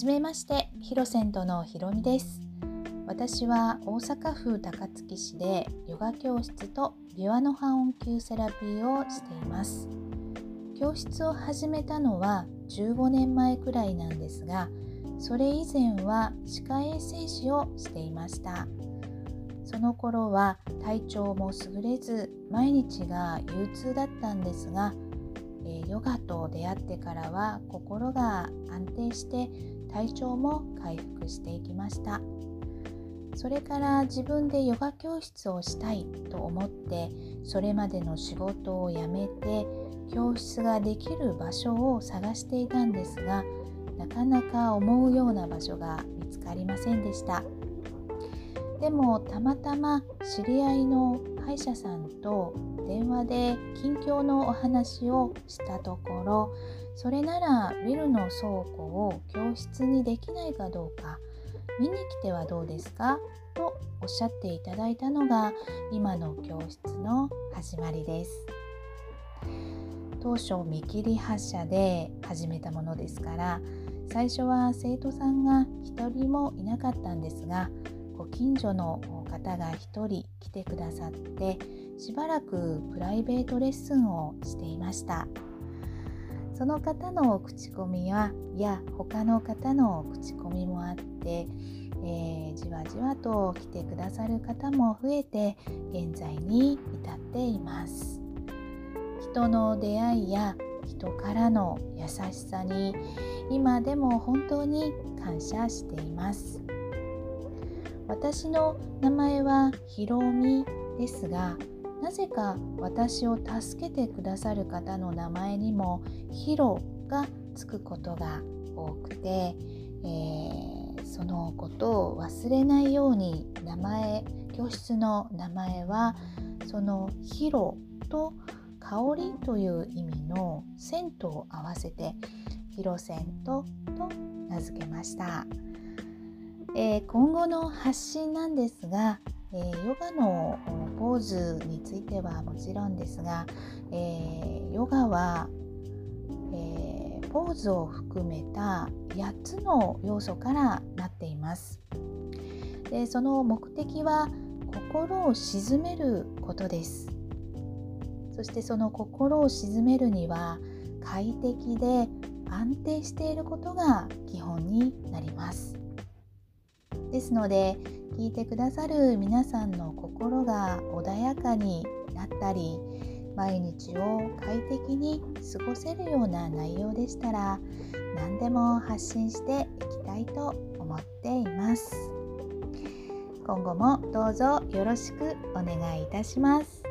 じめまして、ひろせんとのひろみです。私は大阪府高槻市でヨガ教室とビワの波音球セラピーをしています。教室を始めたのは15年前くらいなんですが、それ以前は歯科衛生士をしていました。その頃は体調も優れず毎日が憂鬱だったんですが、ヨガと出会ってからは心が安定して体調も回復していきました。それから自分でヨガ教室をしたいと思って、それまでの仕事を辞めて教室ができる場所を探していたんですが、なかなか思うような場所が見つかりませんでした。でもたまたま知り合いの歯医者さんと電話で近況のお話をしたところ、それならビルの倉庫を教室にできないかどうか見に来てはどうですかとおっしゃっていただいたのが今の教室の始まりです。当初見切り発車で始めたものですから、最初は生徒さんが一人もいなかったんですが、ご近所の方が一人来てくださって、しばらくプライベートレッスンをしていました。その方の口コミや他の方の口コミもあって、じわじわと来てくださる方も増えて現在に至っています。人の出会いや人からの優しさに今でも本当に感謝しています。私の名前はひろみですが、なぜか私を助けてくださる方の名前にもひろがつくことが多くて、そのことを忘れないように教室の名前はそのひろと香りという意味の銭湯を合わせてひろせんと名付けました。今後の発信なんですが、ヨガのポーズについてはもちろんですが、ヨガは、ポーズを含めた8つの要素からなっています。で、その目的は心を静めることです。そしてその心を静めるには快適で安定していることが基本になります。ですので、聞いてくださる皆さんの心が穏やかになったり、毎日を快適に過ごせるような内容でしたら、何でも発信していきたいと思っています。今後もどうぞよろしくお願いいたします。